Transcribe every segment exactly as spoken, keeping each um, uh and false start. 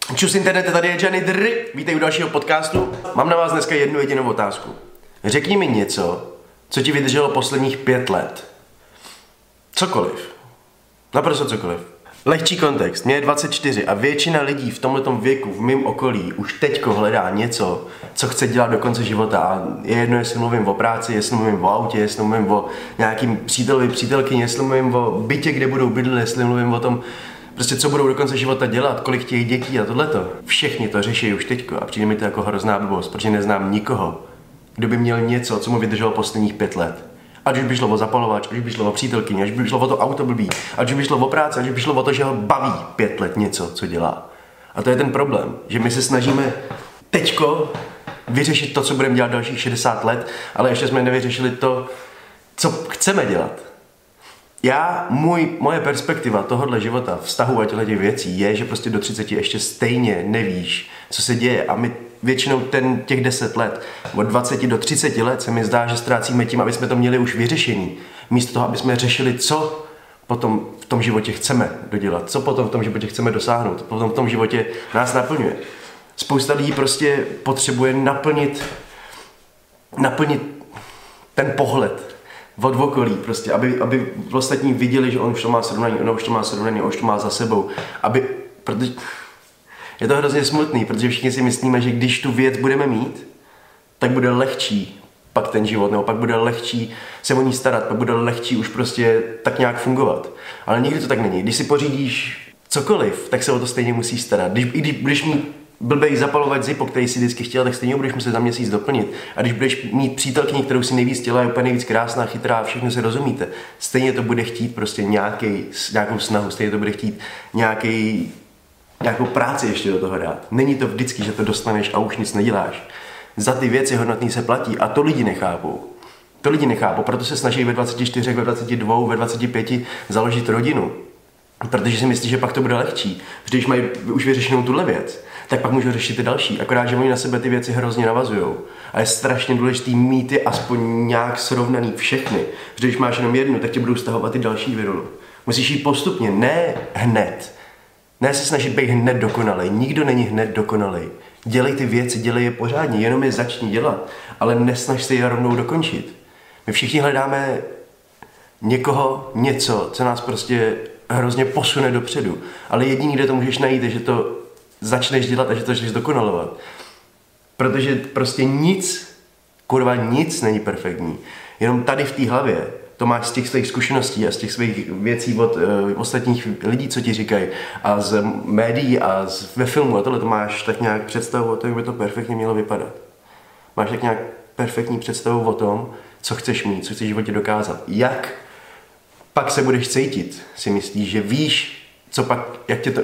Čus internete, tady je Johnny Drr. Vítej u dalšího podcastu. Mám na vás dneska jednu jedinou otázku. Řekni mi něco, co ti vydrželo posledních pět let. Cokoliv. Naprosto cokoliv. Lehčí kontext. Mě je dvacet čtyři a většina lidí v tomhletom věku, v mém okolí, už teďko hledá něco, co chce dělat do konce života. A je jedno, jestli mluvím o práci, jestli mluvím o autě, jestli mluvím o nějakým přítelovi, přítelkyni, jestli mluvím o bytě, kde budou bydlet, jestli mluvím o tom, prostě co budou do konce života dělat, kolik chtějí dětí a tohleto. Všichni to řeší už teďko a přijde mi to jako hrozná blbost, protože neznám nikoho, kdo by měl něco, co mu vydrželo posledních pět let. Ať už by šlo o zapalovač, ať už by šlo o přítelkyni, ať už by šlo o to auto blbý, ať už by šlo o práci, ať už by šlo o to, že ho baví pět let něco, co dělá. A to je ten problém, že my se snažíme teďko vyřešit to, co budeme dělat dalších šedesát let, ale ještě jsme nevyřešili to, co chceme dělat. Já, můj, moje perspektiva tohohle života, vztahu a těchto věcí je, že prostě do třiceti ještě stejně nevíš, co se děje a my většinou ten, těch deset let, od dvaceti do třiceti let se mi zdá, že ztrácíme tím, aby jsme to měli už vyřešený. Místo toho, aby jsme řešili, co potom v tom životě chceme dodělat, co potom v tom životě chceme dosáhnout, potom v tom životě nás naplňuje. Spousta lidí prostě potřebuje naplnit, naplnit ten pohled od okolí prostě, aby, aby ostatní viděli, že on už to má srovnaný, on už to má srovnaný, on už to má za sebou, aby, protože je to hrozně smutný, protože všichni si myslíme, že když tu věc budeme mít, tak bude lehčí pak ten život, nebo pak bude lehčí se o ní starat, pak bude lehčí už prostě tak nějak fungovat. Ale nikdy to tak není. Když si pořídíš cokoliv, tak se o to stejně musíš starat. Když, i když budeš mít blbej zapalovač Zippo, který si vždycky chtěl, tak stejně budeš muset za měsíc doplnit. A když budeš mít přítelkyni, kterou si nejvíc chtěla, je úplně nejvíc krásná, chytrá a všechno se rozumíte, stejně to bude chtít prostě nějaký, nějakou snahu, stejně to bude chtít nějaký, nějakou práci ještě do toho dát. Není to vždycky, že to dostaneš a už nic neděláš. Za ty věci hodnotný se platí a to lidi nechápou. To lidi nechápou, proto se snaží ve dvaceti čtyřech, ve dvaceti dvou, ve dvaceti pěti založit rodinu. Protože si myslí, že pak to bude lehčí. Protože když mají už vyřešenou tuhle věc, tak pak můžou řešit ty další. Akorát, že oni na sebe ty věci hrozně navazujou. A je strašně důležitý mít je aspoň nějak srovnaný všechny. Protože když máš jenom jednu, tak ti budou stahovat ty další virulu. Musíš jít postupně, ne hned. Ne se snažit být hned dokonalej. Nikdo není hned dokonalej. Dělej ty věci, dělej je pořádně, jenom je začni dělat. Ale nesnaž se je rovnou dokončit. My všichni hledáme někoho, něco, co nás prostě hrozně posune dopředu. Ale jediný, kde to můžeš najít, je, že to začneš dělat a že to začneš dokonalovat. Protože prostě nic, kurva nic není perfektní. Jenom tady v té hlavě to máš z těch svých zkušeností a z těch svých věcí od uh, ostatních lidí, co ti říkají, a z médií a z, ve filmu a tohle to máš tak nějak představu o tom, jak by to perfektně mělo vypadat. Máš tak nějak perfektní představu o tom, co chceš mít, co chceš v životě dokázat. Jak pak se budeš cítit, si myslíš, že víš, co pak, jak tě to...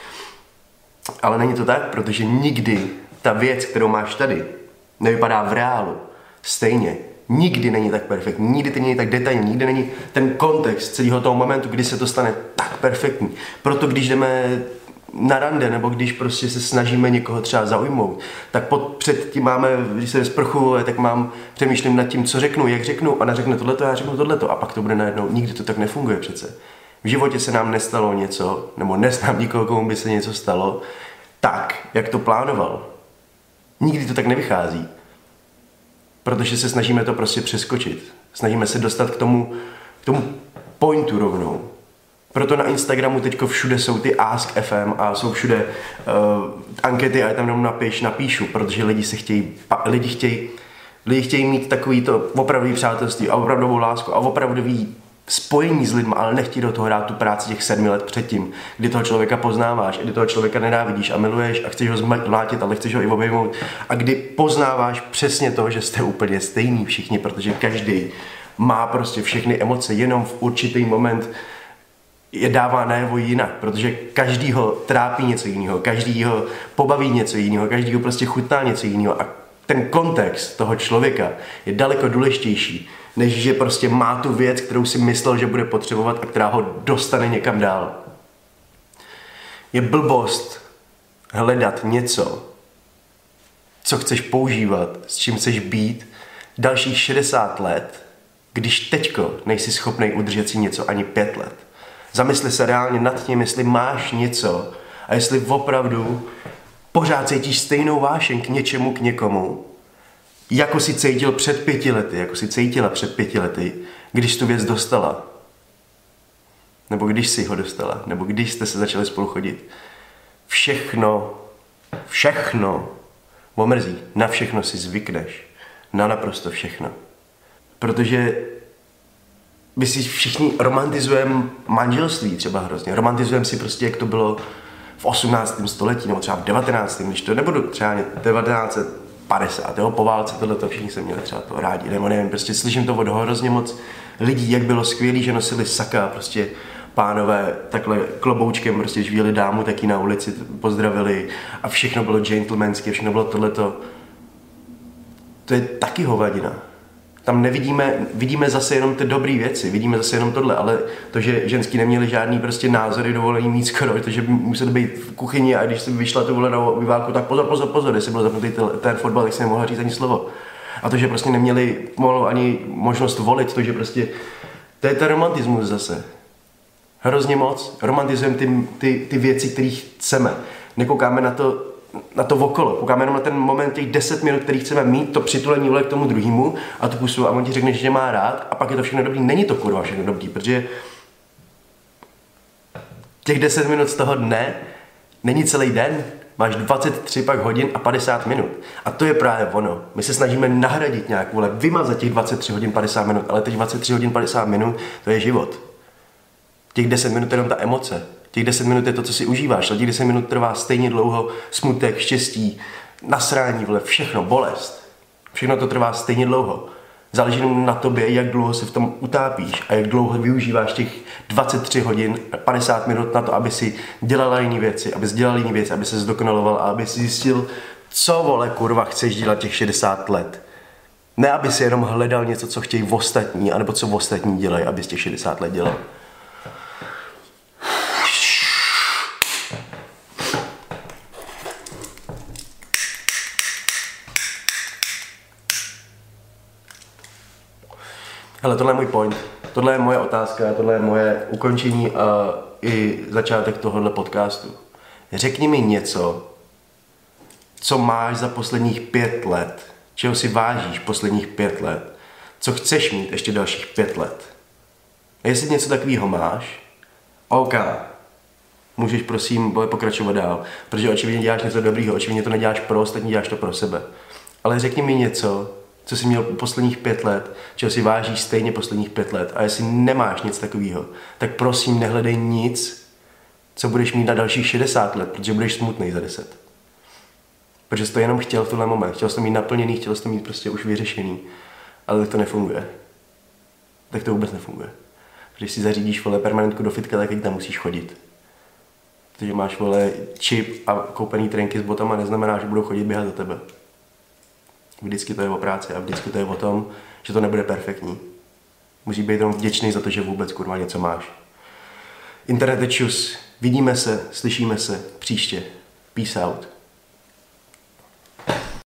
Ale není to tak, protože nikdy ta věc, kterou máš tady, nevypadá v reálu stejně. Nikdy není tak perfektní, nikdy to není tak detailní, nikdy není ten kontext celého toho momentu, kdy se to stane tak perfektní. Proto když jdeme na rande, nebo když prostě se snažíme někoho třeba zaujmout, tak pod, před tím máme, když se sprchuju, tak mám, přemýšlím nad tím, co řeknu, jak řeknu, ona řekne tohleto, já řeknu tohleto a pak to bude najednou. Nikdy to tak nefunguje přece. V životě se nám nestalo něco, nebo neznám nikoho, komu by se něco stalo, tak, jak to plánoval. Nikdy to tak nevychází. Protože se snažíme to prostě přeskočit. Snažíme se dostat k tomu, k tomu pointu rovnou. Proto na Instagramu teďko všude jsou ty Ask F M a jsou všude uh, ankety a je tam jenom napiš, napíšu, protože lidi se chtějí, lidi chtějí, lidi chtějí mít takový to opravdový přátelství a opravdovou lásku a opravdový spojení s lidmi, ale nechtějí do toho dát tu práci těch sedmi let předtím, kdy toho člověka poznáváš, kdy toho člověka nenávidíš a miluješ a chceš ho zmlátit, ale chceš ho i obejmout a kdy poznáváš přesně to, že jste úplně stejný všichni, protože každý má prostě všechny emoce, jenom v určitý moment je dává najevo jinak, protože každýho trápí něco jiného, každýho pobaví něco jiného, každýho prostě chutná něco jiného a ten kontext toho člověka je daleko důležitější, než že prostě má tu věc, kterou si myslel, že bude potřebovat a která ho dostane někam dál. Je blbost hledat něco, co chceš používat, s čím chceš být dalších šedesát let, když teďko nejsi schopnej udržet si něco ani pět let. Zamysli se reálně nad tím, jestli máš něco A jestli opravdu pořád cítíš stejnou vášeň k něčemu, k někomu, jako si cítil před pěti lety, jako si cítila před pěti lety, když tu věc dostala. Nebo když si ho dostala, nebo když jste se začali spolu chodit. Všechno, všechno omrzí. Na všechno si zvykneš. Na naprosto všechno. Protože my si všichni romantizujeme manželství třeba hrozně. Romantizujeme si prostě, jak to bylo v osmnáctém století, nebo třeba v devatenáctém když to nebudu třeba devatenáct set padesát, jo, po válce tohleto všichni se měli třeba to rádi, nebo nevím, prostě slyším to od hrozně moc lidí, jak bylo skvělý, že nosili saka, prostě pánové takhle kloboučkem prostě žvíli dámu taky na ulici, pozdravili a všechno bylo gentlemanské, všechno bylo tohleto. To je taky hovadina. Tam nevidíme, vidíme zase jenom ty dobré věci, vidíme zase jenom tohle, ale to, že ženský neměli žádný prostě názory, dovolení mít skoro, to, že by museli být v kuchyni a když si vyšla tu volenou vyválku, tak pozor, pozor, pozor, jestli byl zapnutý ten fotbal, tak si nemohla říct ani slovo. A to, že prostě neměli pomalu ani možnost volit, to, že prostě, to je ten romantismus zase. Hrozně moc. Romantizujeme ty, ty, ty věci, které chceme. Nekoukáme na to, na to okolo. Koukáme jenom na ten moment těch deset minut, který chceme mít, to přitulení vole k tomu druhému a tu pusu a on ti řekne, že tě má rád a pak je to všechno dobrý. Není to kurva všechno dobrý, protože těch deset minut z toho dne není celý den. Máš dvacet tři pak hodin a padesát minut. A to je právě ono. My se snažíme nahradit nějak, vole, vymazat těch dvacet tři hodin padesát minut, ale těch dvacet tři hodin padesát minut, to je život. Těch deset minut je jenom ta emoce. Těch deset minut je to, co si užíváš, ale těch deset minut trvá stejně dlouho smutek, štěstí, nasrání, vole, všechno, bolest. Všechno to trvá stejně dlouho. Záleží jenom na tobě, jak dlouho se v tom utápíš a jak dlouho využíváš těch dvacet tři hodin, padesát minut na to, aby si dělala jiné věci, aby jsi dělal jiné věci, aby se zdokonaloval a aby si zjistil, co, vole, kurva, chceš dělat těch šedesát let. Ne, aby si jenom hledal něco, co chtějí ostatní, anebo co ostatní dělají, aby z těch šedesát let dělal. Hele, tohle je můj point, tohle je moje otázka, tohle je moje ukončení a i začátek tohohle podcastu. Řekni mi něco, co máš za posledních pět let, čeho si vážíš posledních pět let, co chceš mít ještě dalších pět let. A jestli něco takového máš, OK, můžeš prosím pokračovat dál, protože očividně děláš něco dobrýho, očividně to neděláš pro ostatní, děláš to pro sebe. Ale řekni mi něco, co jsi měl posledních pět let, čeho si vážíš stejně posledních pět let a jestli nemáš nic takového, tak prosím nehledej nic, co budeš mít na dalších šedesát let, protože budeš smutnej za deset. Protože jsi to jenom chtěl v tenhle moment, chtěl jsi to mít naplněný, chtěl jsi to mít prostě už vyřešený, ale tak to nefunguje. Tak to vůbec nefunguje. Když si zařídíš, vole, permanentku do fitka, tak tam musíš chodit. Protože máš, vole, čip a koupený trenky s botama neznamená, že budou chodit běhat za tebe. Vždycky to je o práci a vždycky to je o tom, že to nebude perfektní. Musíš být jenom vděčný za to, že vůbec, kurva, něco máš. Internet je čus. Vidíme se, slyšíme se příště. Peace out.